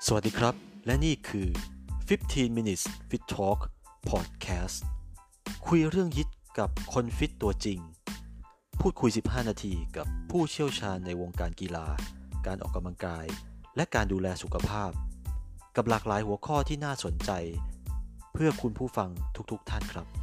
สวัสดีครับและนี่คือ15 minutes fit talk podcast คุยเรื่องฮิตกับคนฟิตตัวจริงพูดคุย15นาทีกับผู้เชี่ยวชาญในวงการกีฬาการออกกำลังกายและการดูแลสุขภาพกับหลากหลายหัวข้อที่น่าสนใจเพื่อคุณผู้ฟังทุกๆท่านครับ